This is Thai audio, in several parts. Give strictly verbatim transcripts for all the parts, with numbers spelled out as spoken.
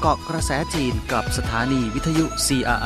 เกาะกระแสจีนกับสถานีวิทยุ ซี อาร์ ไอ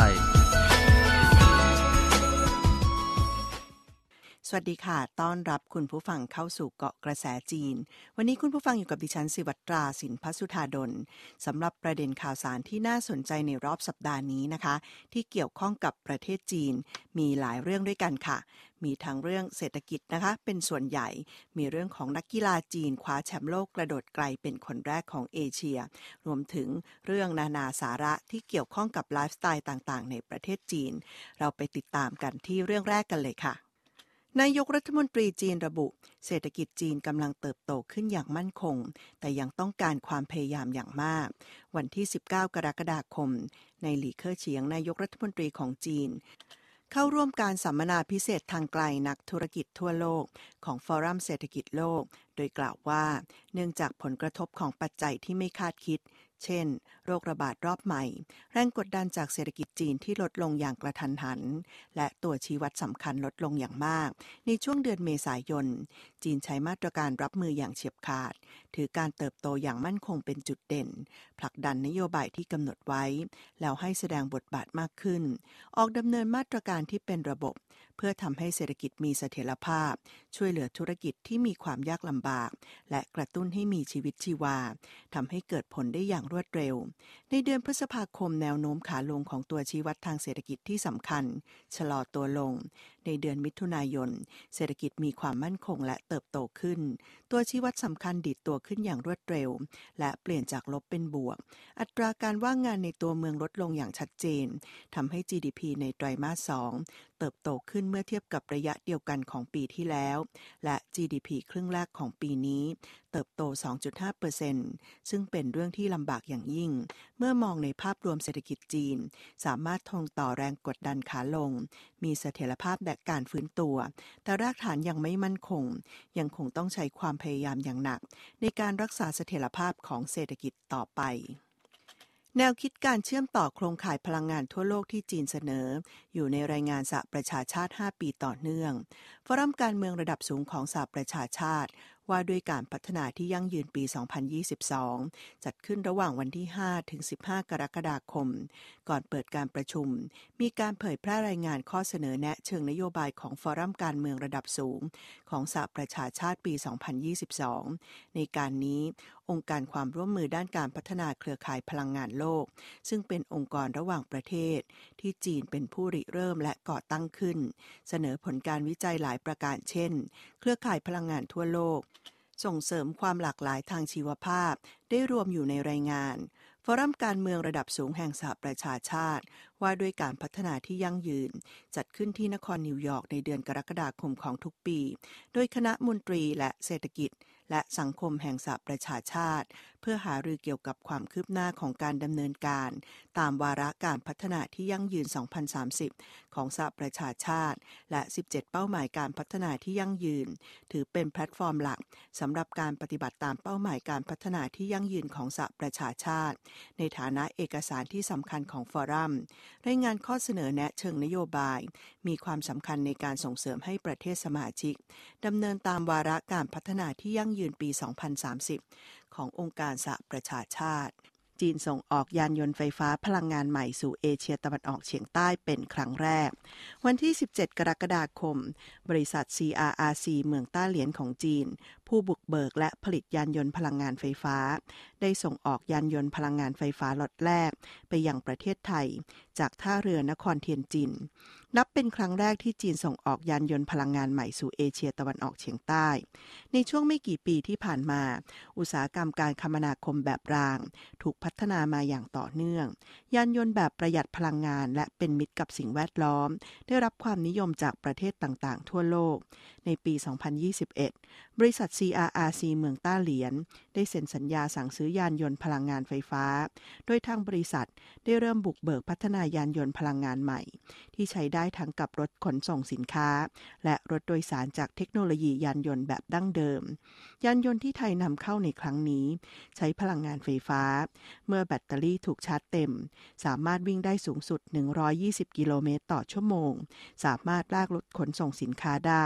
สวัสดีค่ะต้อนรับคุณผู้ฟังเข้าสู่เกาะกระแสจีนวันนี้คุณผู้ฟังอยู่กับดิฉันศิวัตราสินพัสุธาดลสำหรับประเด็นข่าวสารที่น่าสนใจในรอบสัปดาห์นี้นะคะที่เกี่ยวข้องกับประเทศจีนมีหลายเรื่องด้วยกันค่ะมีทั้งเรื่องเศรษฐกิจนะคะเป็นส่วนใหญ่มีเรื่องของนักกีฬาจีนคว้าแชมป์โลกกระโดดไกลเป็นคนแรกของเอเชียรวมถึงเรื่องนานาสาระที่เกี่ยวข้องกับไลฟ์สไตล์ต่างๆในประเทศจีนเราไปติดตามกันที่เรื่องแรกกันเลยค่ะนายกรัฐมนตรีจีนระบุเศรษฐกิจจีนกำลังเติบโตขึ้นอย่างมั่นคงแต่ยังต้องการความพยายามอย่างมากวันที่สิบเก้ากรกฎาคมในหลี่เค่อเฉียงนายกรัฐมนตรีของจีนเข้าร่วมการสัมมนาพิเศษทางไกลนักธุรกิจทั่วโลกของฟอรัมเศรษฐกิจโลกโดยกล่าวว่าเนื่องจากผลกระทบของปัจจัยที่ไม่คาดคิดเช่นโรคระบาดรอบใหม่แรงกดดันจากเศรษฐกิจจีนที่ลดลงอย่างกระทันหันและตัวชี้วัดสำคัญลดลงอย่างมากในช่วงเดือนเมษายนจีนใช้มาตรการรับมืออย่างเฉียบขาดถือการเติบโตอย่างมั่นคงเป็นจุดเด่นผลักดันนโยบายที่กำหนดไว้แล้วให้แสดงบทบาทมากขึ้นออกดำเนินมาตรการที่เป็นระบบเพื่อทำให้เศรษฐกิจมีเสถียรภาพช่วยเหลือธุรกิจที่มีความยากลำบากและกระตุ้นให้มีชีวิตชีวาทำให้เกิดผลได้อย่างรวดเร็วในเดือนพฤษภาคมแนวโน้มขาลงของตัวชี้วัดทางเศรษฐกิจที่สำคัญชะลอตัวลงในเดือนมิถุนายนเศรษฐกิจมีความมั่นคงและเติบโตขึ้นตัวชี้วัดสำคัญดีดตัวขึ้นอย่างรวดเร็วและเปลี่ยนจากลบเป็นบวกอัตราการว่างงานในตัวเมืองลดลงอย่างชัดเจนทำให้ จี ดี พี ในไตรมาสสองเติบโตขึ้นเมื่อเทียบกับระยะเดียวกันของปีที่แล้วและ จี ดี พี ครึ่งแรกของปีนี้เติบโต สองจุดห้าเปอร์เซ็นต์ ซึ่งเป็นเรื่องที่ลำบากอย่างยิ่งเมื่อมองในภาพรวมเศรษฐกิจจีนสามารถทนต่อแรงกดดันขาลงมีเสถียรภาพและการฟื้นตัวแต่รากฐานยังไม่มั่นคงยังคงต้องใช้ความพยายามอย่างหนักในการรักษาเสถียรภาพของเศรษฐกิจต่อไปแนวคิดการเชื่อมต่อโครงข่ายพลังงานทั่วโลกที่จีนเสนออยู่ในรายงานสหประชาชาติห้าปีต่อเนื่องฟอรัมการเมืองระดับสูงของสหประชาชาติว่าด้วยการพัฒนาที่ยั่งยืนปี สองพันยี่สิบสอง จัดขึ้นระหว่างวันที่ ห้าถึงสิบห้า กรกฎาคมก่อนเปิดการประชุมมีการเผยแพร่รายงานข้อเสนอแนะเชิงนโยบายของฟอรัมการเมืองระดับสูงของสหประชาชาติปี สองพันยี่สิบสอง ในการนี้องค์การความร่วมมือด้านการพัฒนาเครือข่ายพลังงานโลกซึ่งเป็นองค์กรระหว่างประเทศที่จีนเป็นผู้ริเริ่มและก่อตั้งขึ้นเสนอผลการวิจัยหลายประการเช่นเครือข่ายพลังงานทั่วโลกส่งเสริมความหลากหลายทางชีวภาพได้รวมอยู่ในรายงานฟอรัมการเมืองระดับสูงแห่งสหประชาชาติว่าด้วยการพัฒนาที่ยั่งยืนจัดขึ้นที่นครนิวยอร์กในเดือนกรกฎาคมของทุกปีโดยคณะมนตรีและเศรษฐกิจและสังคมแห่งสหประชาชาติเพื่อหารือเกี่ยวกับความคืบหน้าของการดำเนินการตามวาระการพัฒนาที่ยั่งยืน สองพันสามสิบ ของสหประชาชาติและ สิบเจ็ด เป้าหมายการพัฒนาที่ยั่งยืนถือเป็นแพลตฟอร์มหลักสำหรับการปฏิบัติตามเป้าหมายการพัฒนาที่ยั่งยืนของสหประชาชาติในฐานะเอกสารที่สำคัญของฟอรัมรายงานข้อเสนอแนะเชิงนโยบายมีความสำคัญในการส่งเสริมให้ประเทศสมาชิกดำเนินตามวาระการพัฒนาที่ยั่งยืนปี สองพันสามสิบ ขององค์การสหประชาชาติจีนส่งออกยานยนต์ไฟฟ้าพลังงานใหม่สู่เอเชียตะวันออกเฉียงใต้เป็นครั้งแรกวันที่สิบเจ็ดกรกฎาคมบริษัท ซี อาร์ อาร์ ซี เมืองต้าเหลียนของจีนผู้บุกเบิกและผลิตยานยนต์พลังงานไฟฟ้าได้ส่งออกยานยนต์พลังงานไฟฟ้าล็อตแรกไปยังประเทศไทยจากท่าเรือนครเทียนจินนับเป็นครั้งแรกที่จีนส่งออกยานยนต์พลังงานใหม่สู่เอเชียตะวันออกเฉียงใต้ในช่วงไม่กี่ปีที่ผ่านมาอุตสาหกรรมการคมนาคมแบบรางถูกพัฒนามาอย่างต่อเนื่องยานยนต์แบบประหยัดพลังงานและเป็นมิตรกับสิ่งแวดล้อมได้รับความนิยมจากประเทศต่างๆทั่วโลกในปี สองพันยี่สิบเอ็ด บริษัท ซี อาร์ อาร์ ซี เมืองต้าเหลียนได้เซ็นสัญญาสั่งซื้อยานยนต์พลังงานไฟฟ้าโดยทางบริษัทได้เริ่มบุกเบิกพัฒนายานยนต์พลังงานใหม่ที่ใช้ได้ทั้งกับรถขนส่งสินค้าและรถโดยสารจากเทคโนโลยียานยนต์แบบดั้งเดิมยานยนต์ที่ไทยนำเข้าในครั้งนี้ใช้พลังงานไฟฟ้าเมื่อแบตเตอรี่ถูกชาร์จเต็มสามารถวิ่งได้สูงสุดหนึ่งร้อยยี่สิบกิโลเมตรต่อชั่วโมงสามารถลากรถขนส่งสินค้าได้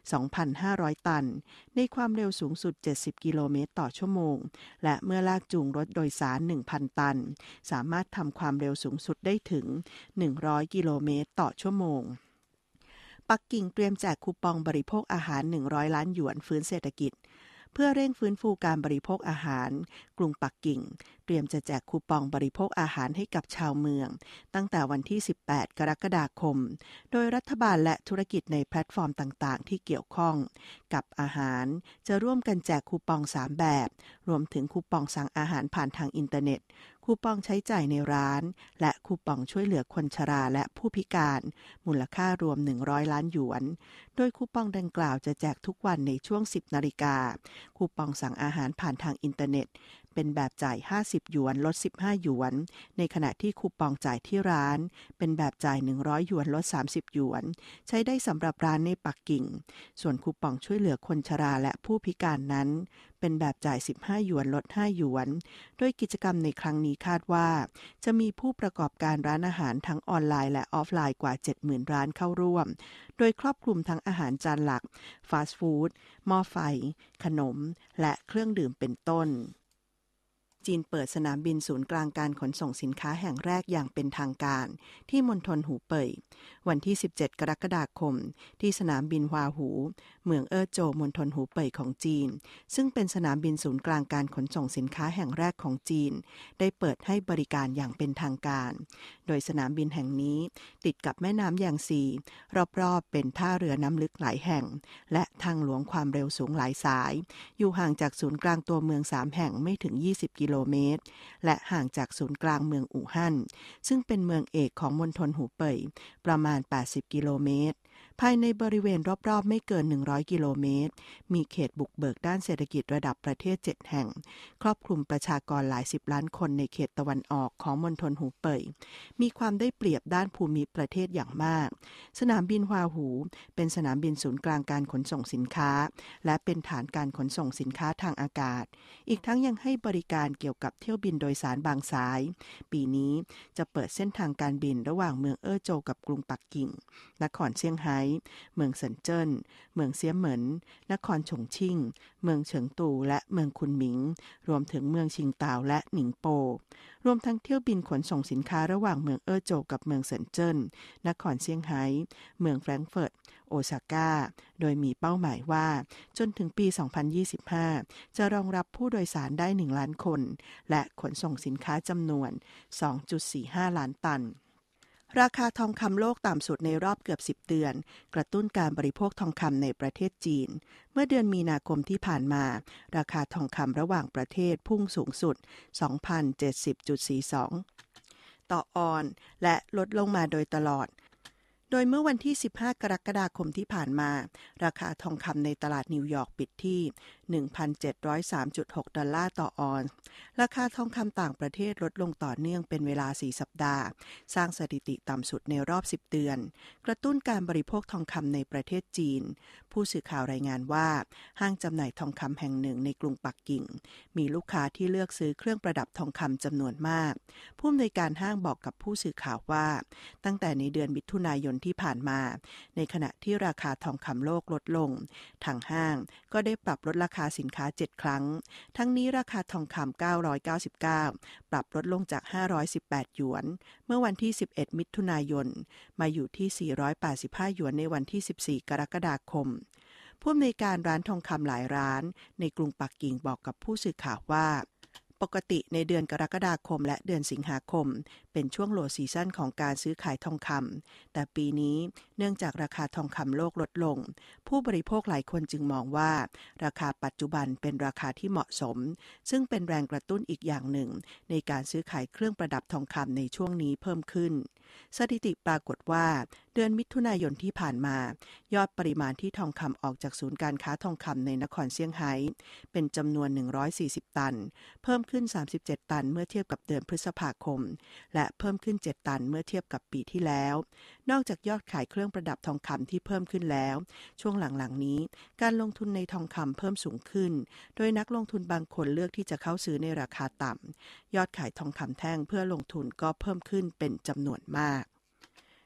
สองพันห้าร้อย ตันในความเร็วสูงสุดเจ็ดสิบกิโลเมตรต่อชั่วโมงและเมื่อลากจูงรถโดยสาร หนึ่งพัน ตันสามารถทำความเร็วสูงสุดได้ถึงหนึ่งร้อยกิโลเมตรต่อชั่วโมงปักกิ่งเตรียมแจกคูปองบริโภคอาหารหนึ่งร้อยล้านหยวนฟื้นเศรษฐกิจเพื่อเร่งฟื้นฟูการบริโภคอาหารกรุงปักกิ่งเตรียมจะแจกคูปองบริโภคอาหารให้กับชาวเมืองตั้งแต่วันที่สิบแปดกรกฎาคมโดยรัฐบาลและธุรกิจในแพลตฟอร์มต่างๆที่เกี่ยวข้องกับอาหารจะร่วมกันแจกคูปองสามแบบรวมถึงคูปองสั่งอาหารผ่านทางอินเทอร์เน็ตคูปองใช้จ่ายในร้านและคูปองช่วยเหลือคนชราและผู้พิการมูลค่ารวมหนึ่งร้อยล้านหยวนโดยคูปองดังกล่าวจะแจกทุกวันในช่วงสิบนาฬิกาคูปองสั่งอาหารผ่านทางอินเทอร์เน็ตเป็นแบบจ่ายห้าสิบหยวนลดสิบห้าหยวนในขณะที่คูปองจ่ายที่ร้านเป็นแบบจ่ายหนึ่งร้อยหยวนลดสามสิบหยวนใช้ได้สำหรับร้านในปักกิ่งส่วนคูปองช่วยเหลือคนชราและผู้พิการนั้นเป็นแบบจ่ายสิบห้าหยวนลดห้าหยวนโดยกิจกรรมในครั้งนี้คาดว่าจะมีผู้ประกอบการร้านอาหารทั้งออนไลน์และออฟไลน์กว่า เจ็ดหมื่น ร้านเข้าร่วมโดยครอบคลุมทั้งอาหารจานหลักฟาสต์ฟู้ดหม้อไฟขนมและเครื่องดื่มเป็นต้นจีนเปิดสนามบินศูนย์กลางการขนส่งสินค้าแห่งแรกอย่างเป็นทางการที่มณฑลหูเป่ยวันที่สิบเจ็ดกรกฎาคมที่สนามบินฮวาหูเมืองเอ๋อโจวมณฑลหูเป่ยของจีนซึ่งเป็นสนามบินศูนย์กลางการขนส่งสินค้าแห่งแรกของจีนได้เปิดให้บริการอย่างเป็นทางการโดยสนามบินแห่งนี้ติดกับแม่น้ำแยางซีรอบๆเป็นท่าเรือน้ำลึกหลายแห่งและทางหลวงความเร็วสูงหลายสายอยู่ห่างจากศูนย์กลางตัวเมืองสามแห่งไม่ถึงยี่สิบกิโลเมตรและห่างจากศูนย์กลางเมืองอู่ฮั่นซึ่งเป็นเมืองเอกของมณฑลหูเป่ยประมาณแปดสิบกิโลเมตรภายในบริเวณรอบๆไม่เกินหนึ่งร้อยกิโลเมตรมีเขตบุกเบิกด้านเศรษฐกิจระดับประเทศเจ็ดแห่งครอบคลุมประชากรหลายสิบล้านคนในเขตตะวันออกของมณฑลหูเป่ยมีความได้เปรียบด้านภูมิประเทศอย่างมากสนามบินฮวาหูเป็นสนามบินศูนย์กลางการขนส่งสินค้าและเป็นฐานการขนส่งสินค้าทางอากาศอีกทั้งยังให้บริการเกี่ยวกับเที่ยวบินโดยสารบางสายปีนี้จะเปิดเส้นทางการบินระหว่างเมืองเอ๋อโจวกับกรุงปักกิ่งนครเซี่ยงไฮ้เมืองเซินเจิ้นเมืองเซี่ยเหมินนครฉงชิ่งเมืองเฉิงตูและเมืองคุนหมิงรวมถึงเมืองชิงตาวและหนิงโปรวมทั้งเที่ยวบินขนส่งสินค้าระหว่างเมืองเอ๋อโจวกับเมืองเซินเจิ้นนครเซี่ยงไฮ้เมืองแฟรงก์เฟิร์ตโอซาก้าโดยมีเป้าหมายว่าจนถึงปีสองพันยี่สิบห้าจะรองรับผู้โดยสารได้หนึ่งล้านคนและขนส่งสินค้าจำนวน สองจุดสี่ห้า ล้านตันราคาทองคำโลกต่ำสุดในรอบเกือบสิบเดือนกระตุ้นการบริโภคทองคำในประเทศจีนเมื่อเดือนมีนาคมที่ผ่านมาราคาทองคำระหว่างประเทศพุ่งสูงสุด สองพันเจ็ดสิบจุดสี่สอง ต่อออนซ์และลดลงมาโดยตลอดโดยเมื่อวันที่สิบห้ากรกฎาคมที่ผ่านมาราคาทองคำในตลาดนิวยอร์กปิดที่ หนึ่งพันเจ็ดร้อยสามจุดหก ดอลลาร์ต่อออนซ์ราคาทองคำต่างประเทศลดลงต่อเนื่องเป็นเวลาสี่สัปดาห์สร้างสถิติต่ำสุดในรอบสิบเดือนกระตุ้นการบริโภคทองคำในประเทศจีนผู้สื่อข่าวรายงานว่าห้างจำหน่ายทองคำแห่งหนึ่งในกรุงปักกิ่งมีลูกค้าที่เลือกซื้อเครื่องประดับทองคำจำนวนมากผู้อำนวยการห้างบอกกับผู้สื่อข่าวว่าตั้งแต่ในเดือนมิถุนายนที่ผ่านมาในขณะที่ราคาทองคำโลกลดลงทางห้างก็ได้ปรับลดราคาสินค้าเจ็ดครั้งทั้งนี้ราคาทองคำเก้าร้อยเก้าสิบเก้าปรับลดลงจากห้าร้อยสิบแปดหยวนเมื่อวันที่สิบเอ็ดมิถุนายนมาอยู่ที่สี่ร้อยแปดสิบห้าหยวนในวันที่สิบสี่กรกฎาคมผู้อำนวยการร้านทองคำหลายร้านในกรุงปักกิ่งบอกกับผู้สื่อข่าวว่าปกติในเดือนกรกฎาคมและเดือนสิงหาคมเป็นช่วงโลว์ซีซั่นของการซื้อขายทองคำแต่ปีนี้เนื่องจากราคาทองคำโลกลดลงผู้บริโภคหลายคนจึงมองว่าราคาปัจจุบันเป็นราคาที่เหมาะสมซึ่งเป็นแรงกระตุ้นอีกอย่างหนึ่งในการซื้อขายเครื่องประดับทองคำในช่วงนี้เพิ่มขึ้นสถิติปรากฏว่าเดือนมิถุนายนที่ผ่านมายอดปริมาณที่ทองคำออกจากศูนย์การค้าทองคำในนครเซี่ยงไฮ้เป็นจำนวนหนึ่งร้อยสี่สิบตันเพิ่มขึ้นสามสิบเจ็ดตันเมื่อเทียบกับเดือนพฤษภาคมและเพิ่มขึ้นเจ็ดตันเมื่อเทียบกับปีที่แล้วนอกจากยอดขายเครื่องประดับทองคำที่เพิ่มขึ้นแล้วช่วงหลังๆนี้การลงทุนในทองคำเพิ่มสูงขึ้นโดยนักลงทุนบางคนเลือกที่จะเข้าซื้อในราคาต่ำยอดขายทองคำแท่งเพื่อลงทุนก็เพิ่มขึ้นเป็นจำนวนมาก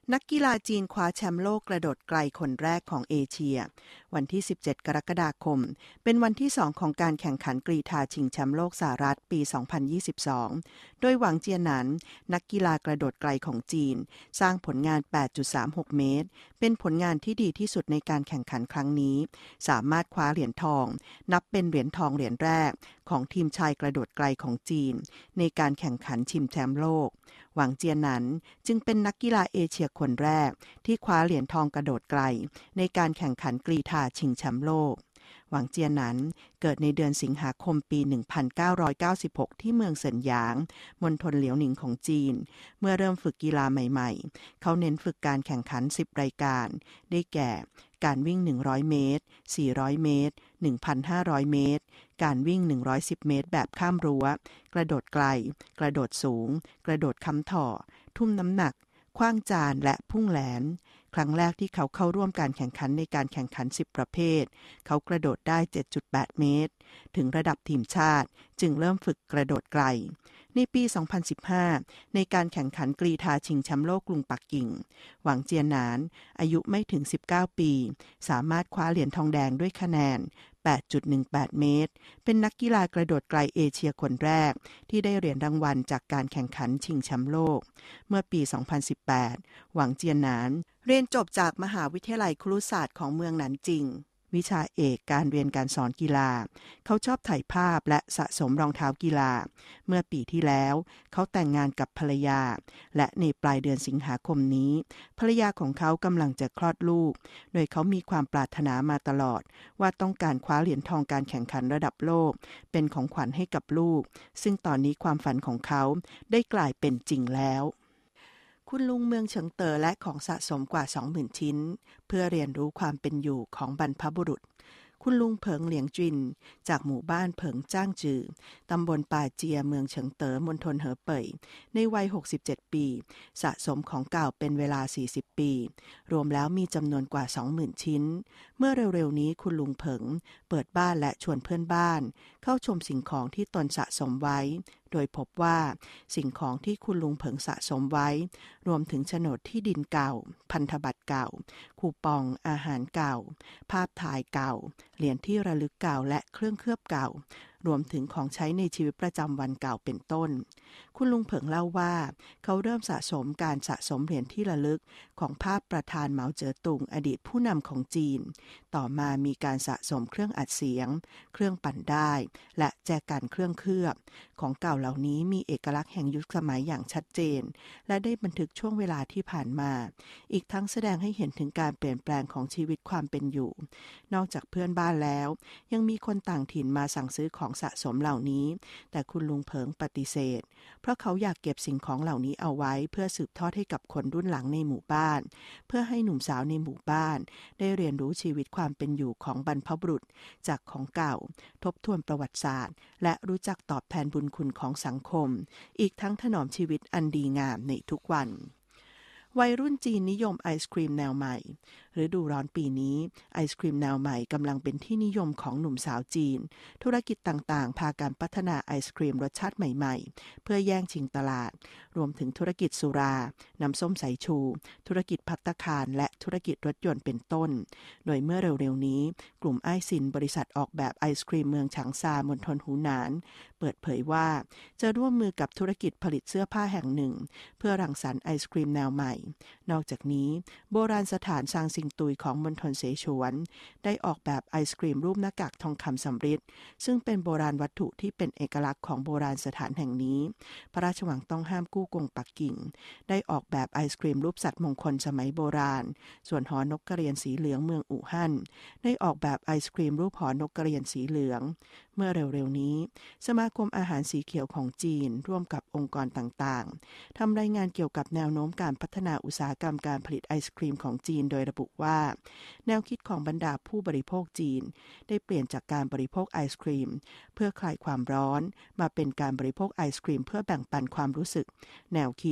นักกีฬาจีนคว้าแชมป์โลกกระโดดไกลคนแรกของเอเชียวันที่สิบเจ็ดกรกฎาคมเป็นวันที่สองของการแข่งขันกรีฑาชิงแชมป์โลกสหรัฐปีสองพันยี่สิบสองโดยหวังเจียหนานนักกีฬากระโดดไกลของจีนสร้างผลงาน แปดจุดสามหก เมตรเป็นผลงานที่ดีที่สุดในการแข่งขันครั้งนี้สามารถคว้าเหรียญทองนับเป็นเหรียญทองเหรียญแรกของทีมชายกระโดดไกลของจีนในการแข่งขันชิงแชมป์โลกหวังเจียหนานจึงเป็นนักกีฬาเอเชียคนแรกที่คว้าเหรียญทองกระโดดไกลในการแข่งขันกรีฑาชิงแชมป์โลกหวังเจียหนานเกิดในเดือนสิงหาคมปีหนึ่งพันเก้าร้อยเก้าสิบหกที่เมืองเซินหยางมณฑลเหลียวหนิงของจีนเมื่อเริ่มฝึกกีฬาใหม่ๆเขาเน้นฝึกการแข่งขันสิบรายการได้แก่การวิ่งหนึ่งร้อยเมตรสี่ร้อยเมตร หนึ่งพันห้าร้อยเมตรการวิ่งหนึ่งร้อยสิบเมตรแบบข้ามรั้วกระโดดไกลกระโดดสูงกระโดดค้ำถ่อทุ่มน้ำหนักขว้างจานและพุ่งแหลนครั้งแรกที่เขาเข้าร่วมการแข่งขันในการแข่งขันสิบประเภทเขากระโดดได้ เจ็ดจุดแปด เมตรถึงระดับทีมชาติจึงเริ่มฝึกกระโดดไกลในปีสองพันสิบห้าในการแข่งขันกรีฑาชิงแชมป์โลกกรุงปักกิ่งหวังเจียหนานอายุไม่ถึงสิบเก้าปีสามารถคว้าเหรียญทองแดงด้วยคะแนน แปดจุดหนึ่งแปด เมตรเป็นนักกีฬากระโดดไกลเอเชียคนแรกที่ได้เหรียญรางวัลจากการแข่งขันชิงแชมป์โลกเมื่อปีสองพันสิบแปดหวังเจียหนานเรียนจบจากมหาวิทยาลัยครุศาสตร์ของเมืองหนานจิงวิชาเอกการเรียนการสอนกีฬาเขาชอบถ่ายภาพและสะสมรองเท้ากีฬาเมื่อปีที่แล้วเขาแต่งงานกับภรรยาและในปลายเดือนสิงหาคมนี้ภรรยาของเขากำลังจะคลอดลูกโดยเขามีความปรารถนามาตลอดว่าต้องการคว้าเหรียญทองการแข่งขันระดับโลกเป็นของขวัญให้กับลูกซึ่งตอนนี้ความฝันของเขาได้กลายเป็นจริงแล้วคุณลุงเมืองเฉิงเต๋อและของสะสมกว่า สองหมื่น ชิ้นเพื่อเรียนรู้ความเป็นอยู่ของบรรพบุรุษคุณลุงเผิงเหลียงจินจากหมู่บ้านเผิงจ้างจือตำบลป่าเจียเมืองเฉิงเต๋อมณฑลเหอเป่ยในวัยหกสิบเจ็ดปีสะสมของเก่าเป็นเวลาสี่สิบปีรวมแล้วมีจำนวนกว่า สองหมื่น ชิ้นเมื่อเร็วๆนี้คุณลุงเผิงเปิดบ้านและชวนเพื่อนบ้านเข้าชมสิ่งของที่ตนสะสมไว้โดยพบว่าสิ่งของที่คุณลุงเผิงสะสมไว้รวมถึงโฉนดที่ดินเก่าพันธบัตรเก่าคูปองอาหารเก่าภาพถ่ายเก่าเหรียญที่ระลึกเก่าและเครื่องเคลือบเก่ารวมถึงของใช้ในชีวิตประจำวันเก่าเป็นต้นคุณลุงเผิงเล่าว่าเขาเริ่มสะสมการสะสมเหรียญที่ระลึกของภาพประธานเหมาเจ๋อตุงอดีตผู้นำของจีนต่อมามีการสะสมเครื่องอัดเสียงเครื่องปั่นได้และแจกันเครื่องเคลือบของเก่าเหล่านี้มีเอกลักษณ์แห่งยุคสมัยอย่างชัดเจนและได้บันทึกช่วงเวลาที่ผ่านมาอีกทั้งแสดงให้เห็นถึงการเปลี่ยนแปลงของชีวิตความเป็นอยู่นอกจากเพื่อนบ้านแล้วยังมีคนต่างถิ่นมาสั่งซื้อของสะสมเหล่านี้แต่คุณลุงเผิงปฏิเสธเพราะเขาอยากเก็บสิ่งของเหล่านี้เอาไว้เพื่อสืบทอดให้กับคนรุ่นหลังในหมู่บ้านเพื่อให้หนุ่มสาวในหมู่บ้านได้เรียนรู้ชีวิตความเป็นอยู่ของบรรพบุรุษจากของเก่าทบทวนประวัติศาสตร์และรู้จักตอบแทนบุญคุณของสังคมอีกทั้งถนอมชีวิตอันดีงามในทุกวันวัยรุ่นจีนนิยมไอศกรีมแนวใหม่ฤดูร้อนปีนี้ไอศกรีมแนวใหม่กำลังเป็นที่นิยมของหนุ่มสาวจีนธุรกิจต่างๆพากันพัฒนาไอศกรีมรสชาติใหม่ๆเพื่อแย่งชิงตลาดรวมถึงธุรกิจสุราน้ำส้มสายชูธุรกิจภัตตาคารและธุรกิจรถยนต์เป็นต้นโดยเมื่อเร็วๆนี้กลุ่มไอซินบริษัทออกแบบไอศกรีมเมืองฉางซามณฑลหูหนานเปิดเผยว่าจะร่วมมือกับธุรกิจผลิตเสื้อผ้าแห่งหนึ่งเพื่อรังสรรค์ไอศกรีมแนวใหม่นอกจากนี้โบราณสถานซางซิงตุยของมณฑลเสฉวนได้ออกแบบไอศกรีมรูปหน้ากากทองคำสำริดซึ่งเป็นโบราณวัตถุที่เป็นเอกลักษณ์ของโบราณสถานแห่งนี้พระราชวังต้องห้ามกู้กงปักกิ่งได้ออกแบบไอศกรีมรูปสัตว์มงคลสมัยโบราณส่วนหอนกกระเรียนสีเหลืองเมืองอู่ฮั่นได้ออกแบบไอศกรีมรูปหอนกกระเรียนสีเหลืองเมื่อเร็วๆนี้สมาคมอาหารสีเขียวของจีนร่วมกับองค์กรต่างๆทำรายงานเกี่ยวกับแนวโน้มการพัฒนาอุตสาหกรรมการผลิตไอศกรีมของจีนโดยระบุว่าแนวคิดของบรรดาผู้บริโภคจีนได้เปลี่ยนจากการบริโภคไอศกรีมเพื่อคลายความร้อนมาเป็นการบริโภคไอศกรีมเพื่อแบ่งปันความรู้สึกแนวคิด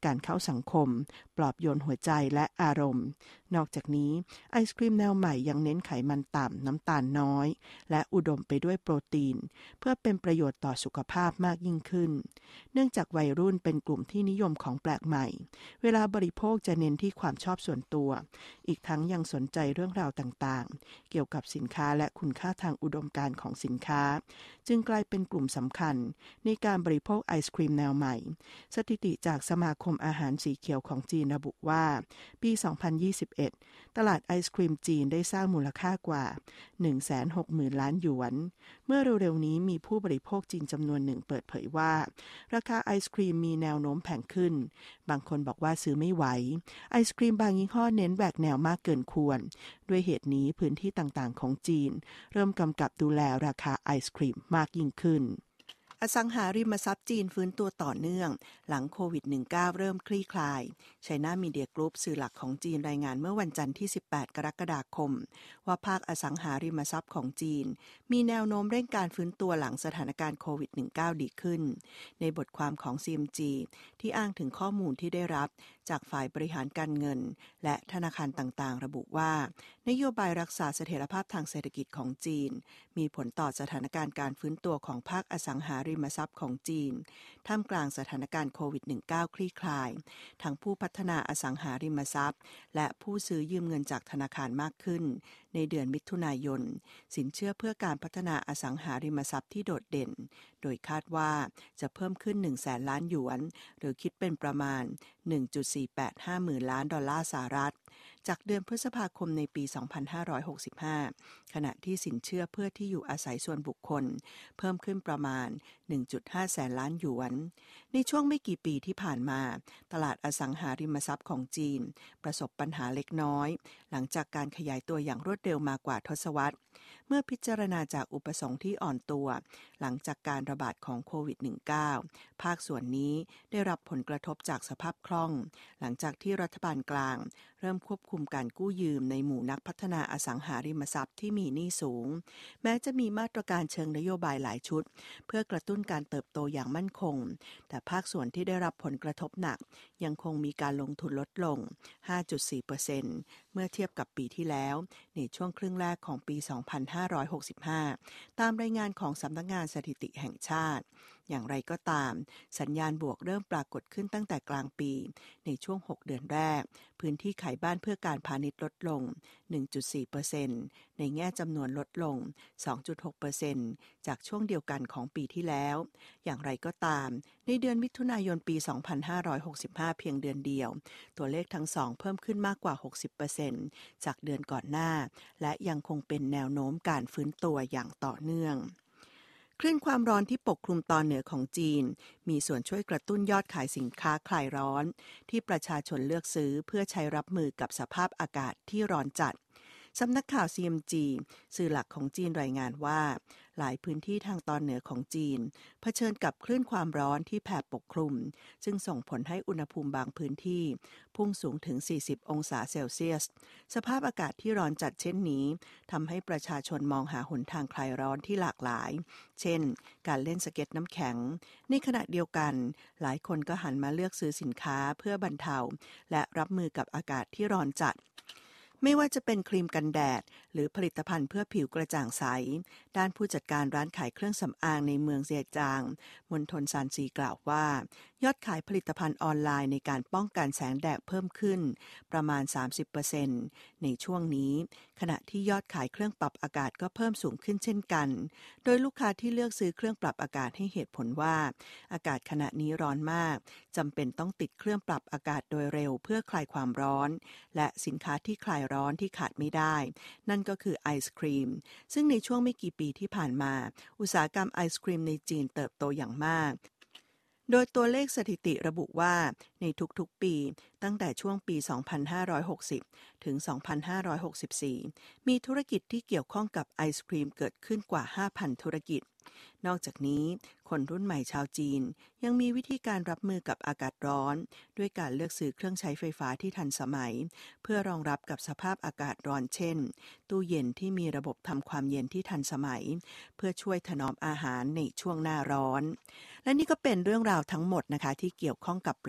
การเข้าสังคมปลอบโยนหัวใจและอารมณ์นอกจากนี้ไอศกรีมแนวใหม่ยังเน้นไขมันต่ำน้ำตาลน้อยและอุดมไปด้วยโปรตีนเพื่อเป็นประโยชน์ต่อสุขภาพมากยิ่งขึ้นเนื่องจากวัยรุ่นเป็นกลุ่มที่นิยมของแปลกใหม่เวลาบริโภคจะเน้นที่ความชอบส่วนตัวอีกทั้งยังสนใจเรื่องราวต่างๆเกี่ยวกับสินค้าและคุณค่าทางอุดมการณ์ของสินค้าจึงกลายเป็นกลุ่มสำคัญในการบริโภคไอศกรีมแนวใหม่สถิติจากสมาคมอาหารสีเขียวของจีนระบุว่าปี สองพันยี่สิบเอ็ด ตลาดไอศกรีมจีนได้สร้างมูลค่ากว่า หนึ่งแสนหกหมื่น ล้านหยวนเมื่อเร็วๆนี้มีผู้บริโภคจีนจำนวนหนึ่งเปิดเผยว่าราคาไอศกรีมมีแนวโน้มแพงขึ้นบางคนบอกว่าซื้อไม่ไหวไอศกรีมบางยี่ห้อเน้นแหวกแนวมากเกินควรด้วยเหตุนี้พื้นที่ต่างๆของจีนเริ่มกำกับดูแลราคาไอศกรีมมากยิ่งขึ้นอสังหาริมทรัพย์จีนฟื้นตัวต่อเนื่องหลังโควิด สิบเก้า เริ่มคลี่คลาย China Media Group สื่อหลักของจีนรายงานเมื่อวันจันทร์ที่สิบแปดกรกฎาคมว่าภาคอสังหาริมทรัพย์ของจีนมีแนวโน้มเร่งการฟื้นตัวหลังสถานการณ์โควิด สิบเก้า ดีขึ้นในบทความของ ซี เอ็ม จี ที่อ้างถึงข้อมูลที่ได้รับจากฝ่ายบริหารการเงินและธนาคารต่างๆระบุว่านโยบายรักษาเสถียรภาพทางเศรษฐกิจของจีนมีผลต่อสถานการณ์การฟื้นตัวของภาคอสังหาริมทรัพย์ของจีนท่ามกลางสถานการณ์โควิด สิบเก้า คลี่คลายทั้งผู้พัฒนาอสังหาริมทรัพย์และผู้ซื้อยืมเงินจากธนาคารมากขึ้นในเดือนมิถุนายนสินเชื่อเพื่อการพัฒนาอสังหาริมทรัพย์ที่โดดเด่นโดยคาดว่าจะเพิ่มขึ้น หนึ่งแสน ล้านหยวนหรือคิดเป็นประมาณ หนึ่งจุดสี่แปดห้า หมื่นล้านดอลลาร์สหรัฐจากเดือนพฤษภาคมในปี สองพันห้าร้อยหกสิบห้า ขณะที่สินเชื่อเพื่อที่อยู่อาศัยส่วนบุคคลเพิ่มขึ้นประมาณ หนึ่งจุดห้า แสนล้านหยวนในช่วงไม่กี่ปีที่ผ่านมาตลาดอสังหาริมทรัพย์ของจีนประสบปัญหาเล็กน้อยหลังจากการขยายตัวอย่างรวดเร็วมากว่าทศวรรษเมื่อพิจารณาจากอุปสงค์ที่อ่อนตัวหลังจากการระบาดของโควิด สิบเก้า ภาคส่วนนี้ได้รับผลกระทบจากสภาพคล่องหลังจากที่รัฐบาลกลางเริ่มควบคุมการกู้ยืมในหมู่นักพัฒนาอสังหาริมทรัพย์ที่มีหนี้สูงแม้จะมีมาตรการเชิงนโยบายหลายชุดเพื่อกระตุ้นการเติบโตอย่างมั่นคงแต่ภาคส่วนที่ได้รับผลกระทบหนักยังคงมีการลงทุนลดลง ห้าจุดสี่เปอร์เซ็นต์ เมื่อเทียบกับปีที่แล้วในช่วงครึ่งแรกของปี สองพันห้าร้อยหกสิบห้า ตามรายงานของสำนักงานสถิติแห่งชาติอย่างไรก็ตามสัญญาณบวกเริ่มปรากฏขึ้นตั้งแต่กลางปีในช่วงหกเดือนแรกพื้นที่ขายบ้านเพื่อการพาณิชย์ลดลง หนึ่งจุดสี่เปอร์เซ็นต์ ในแง่จำนวนลดลง สองจุดหกเปอร์เซ็นต์ จากช่วงเดียวกันของปีที่แล้วอย่างไรก็ตามในเดือนมิถุนายนปี สองพันห้าร้อยหกสิบห้า เพียงเดือนเดียวตัวเลขทั้งสองเพิ่มขึ้นมากกว่า หกสิบเปอร์เซ็นต์ จากเดือนก่อนหน้าและยังคงเป็นแนวโน้มการฟื้นตัวอย่างต่อเนื่องคลื่นความร้อนที่ปกคลุมตอนเหนือของจีนมีส่วนช่วยกระตุ้นยอดขายสินค้าคลายร้อนที่ประชาชนเลือกซื้อเพื่อใช้รับมือกับสภาพอากาศที่ร้อนจัดสำนักข่าว ซี เอ็ม จี สื่อหลักของจีนรายงานว่าหลายพื้นที่ทางตอนเหนือของจีนเผชิญกับคลื่นความร้อนที่แผ่ปกคลุมซึ่งส่งผลให้อุณหภูมิบางพื้นที่พุ่งสูงถึงสี่สิบองศาเซลเซียสสภาพอากาศที่ร้อนจัดเช่นนี้ทำให้ประชาชนมองหาหนทางคลายร้อนที่หลากหลายเช่นการเล่นสเก็ตน้ำแข็งในขณะเดียวกันหลายคนก็หันมาเลือกซื้อสินค้าเพื่อบรรเทาและรับมือกับอากาศที่ร้อนจัดไม่ว่าจะเป็นครีมกันแดดหรือผลิตภัณฑ์เพื่อผิวกระจ่างใสด้านผู้จัดการร้านขายเครื่องสำอางในเมืองเซียจางมณฑลซานซีกล่าวว่ายอดขายผลิตภัณฑ์ออนไลน์ในการป้องกันแสงแดดเพิ่มขึ้นประมาณ สามสิบเปอร์เซ็นต์ ในช่วงนี้ขณะที่ยอดขายเครื่องปรับอากาศก็เพิ่มสูงขึ้นเช่นกันโดยลูกค้าที่เลือกซื้อเครื่องปรับอากาศให้เหตุผลว่าอากาศขณะนี้ร้อนมากจำเป็นต้องติดเครื่องปรับอากาศโดยเร็วเพื่อคลายความร้อนและสินค้าที่คลายร้อนที่ขาดไม่ได้นั่นก็คือไอศครีมซึ่งในช่วงไม่กี่ปีที่ผ่านมาอุตสาหกรรมไอศครีมในจีนเติบโตอย่างมากโดยตัวเลขสถิติระบุว่าในทุกๆปีตั้งแต่ช่วงปี สองพันห้าร้อยหกสิบ ถึง สองพันห้าร้อยหกสิบสี่ มีธุรกิจที่เกี่ยวข้องกับไอศครีมเกิดขึ้นกว่า ห้าพัน ธุรกิจนอกจากนี้คนรุ่นใหม่ชาวจีนยังมีวิธีการรับมือกับอากาศร้อนด้วยการเลือกซื้อเครื่องใช้ไฟฟ้าที่ทันสมัยเพื่อรองรับกับสภาพอากาศร้อนเช่นตู้เย็นที่มีระบบทำความเย็นที่ทันสมัยเพื่อช่วยถนอมอาหารในช่วงหน้าร้อนและนี่ก็เป็นเรื่องราวทั้งหมดนะคะที่เกี่ยวข้องกับประเทศจีน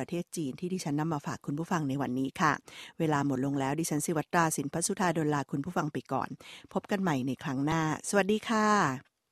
จีนที่ดิฉันนำมาฝากคุณผู้ฟังในวันนี้ค่ะเวลาหมดลงแล้วดิฉันศิวัตราสินพัสุธาดลลาคุณผู้ฟังไปก่อนพบกันใหม่ในครั้งหน้าสวัสดีค่ะ